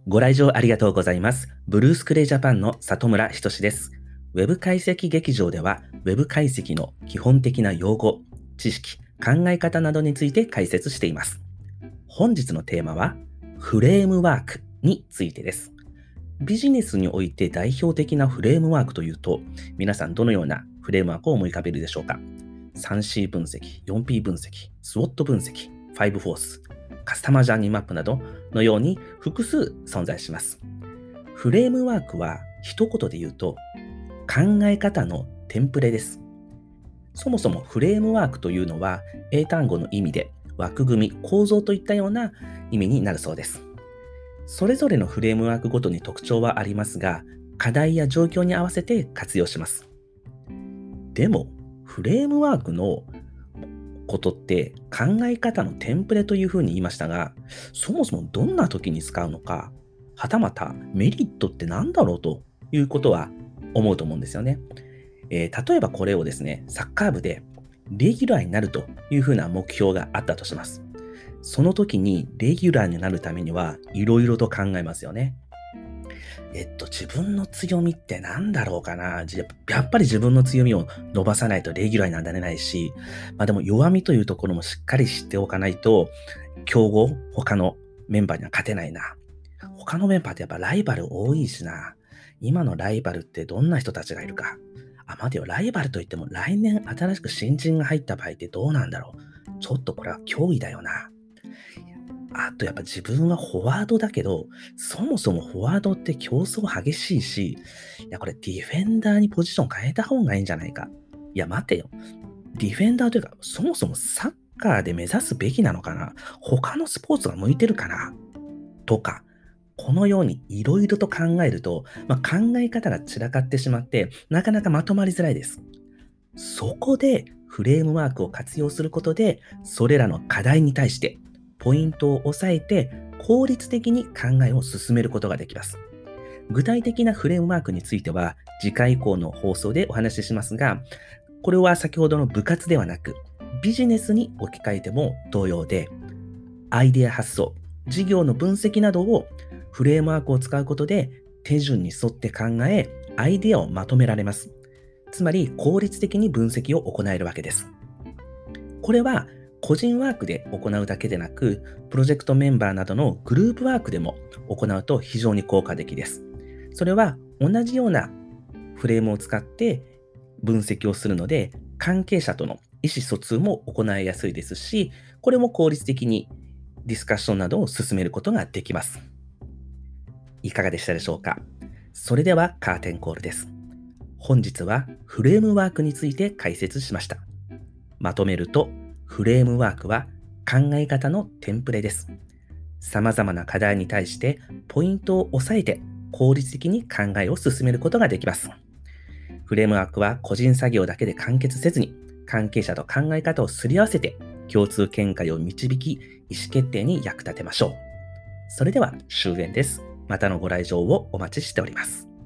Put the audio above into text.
ご来場ありがとうございます。ブルースクレイジャパンの里村仁です。ウェブ解析劇場では、ウェブ解析の基本的な用語、知識、考え方などについて解説しています。本日のテーマは、フレームワークについてです。ビジネスにおいて代表的なフレームワークというと、皆さんどのようなフレームワークを思い浮かべるでしょうか？ 3C 分析、4P 分析、SWOT 分析、5フォース、カスタマージャーニーマップなどのように複数存在します。フレームワークは一言で言うと、考え方のテンプレです。そもそもフレームワークというのは英単語の意味で枠組み、構造といったような意味になるそうです。それぞれのフレームワークごとに特徴はありますが、課題や状況に合わせて活用します。でも、フレームワークのことって考え方のテンプレというふうに言いましたが、そもそもどんな時に使うのか、はたまたメリットって何だろうということは思うと思うんですよね。例えばこれをですね、サッカー部でレギュラーになるというふうな目標があったとします。その時にレギュラーになるためにはいろいろと考えますよね。自分の強みって何だろうかな。やっぱり自分の強みを伸ばさないとレギュラーになれないし、でも弱みというところもしっかり知っておかないと、他のメンバーには勝てないな。他のメンバーってやっぱライバル多いしな。今のライバルってどんな人たちがいるか。待てよ、ライバルといっても来年新しく新人が入った場合ってどうなんだろう。ちょっとこれは脅威だよな。あとやっぱ自分はフォワードだけど、そもそもフォワードって競争激しいし、これディフェンダーにポジション変えた方がいいんじゃないか。待てよ。ディフェンダーというか、そもそもサッカーで目指すべきなのかな？他のスポーツが向いてるかな？とか、このようにいろいろと考えると、考え方が散らかってしまって、なかなかまとまりづらいです。そこでフレームワークを活用することで、それらの課題に対してポイントを押さえて効率的に考えを進めることができます。具体的なフレームワークについては次回以降の放送でお話ししますが、これは先ほどの部活ではなくビジネスに置き換えても同様で、アイデア発想、事業の分析などをフレームワークを使うことで手順に沿って考え、アイデアをまとめられます。つまり効率的に分析を行えるわけです。これは個人ワークで行うだけでなく、プロジェクトメンバーなどのグループワークでも行うと非常に効果的です。それは同じようなフレームを使って分析をするので、関係者との意思疎通も行いやすいですし、これも効率的にディスカッションなどを進めることができます。いかがでしたでしょうか？それではカーテンコールです。本日はフレームワークについて解説しました。まとめると、フレームワークは考え方のテンプレです。様々な課題に対してポイントを押さえて効率的に考えを進めることができます。フレームワークは個人作業だけで完結せずに、関係者と考え方をすり合わせて共通見解を導き、意思決定に役立てましょう。それでは終焉です。またのご来場をお待ちしております。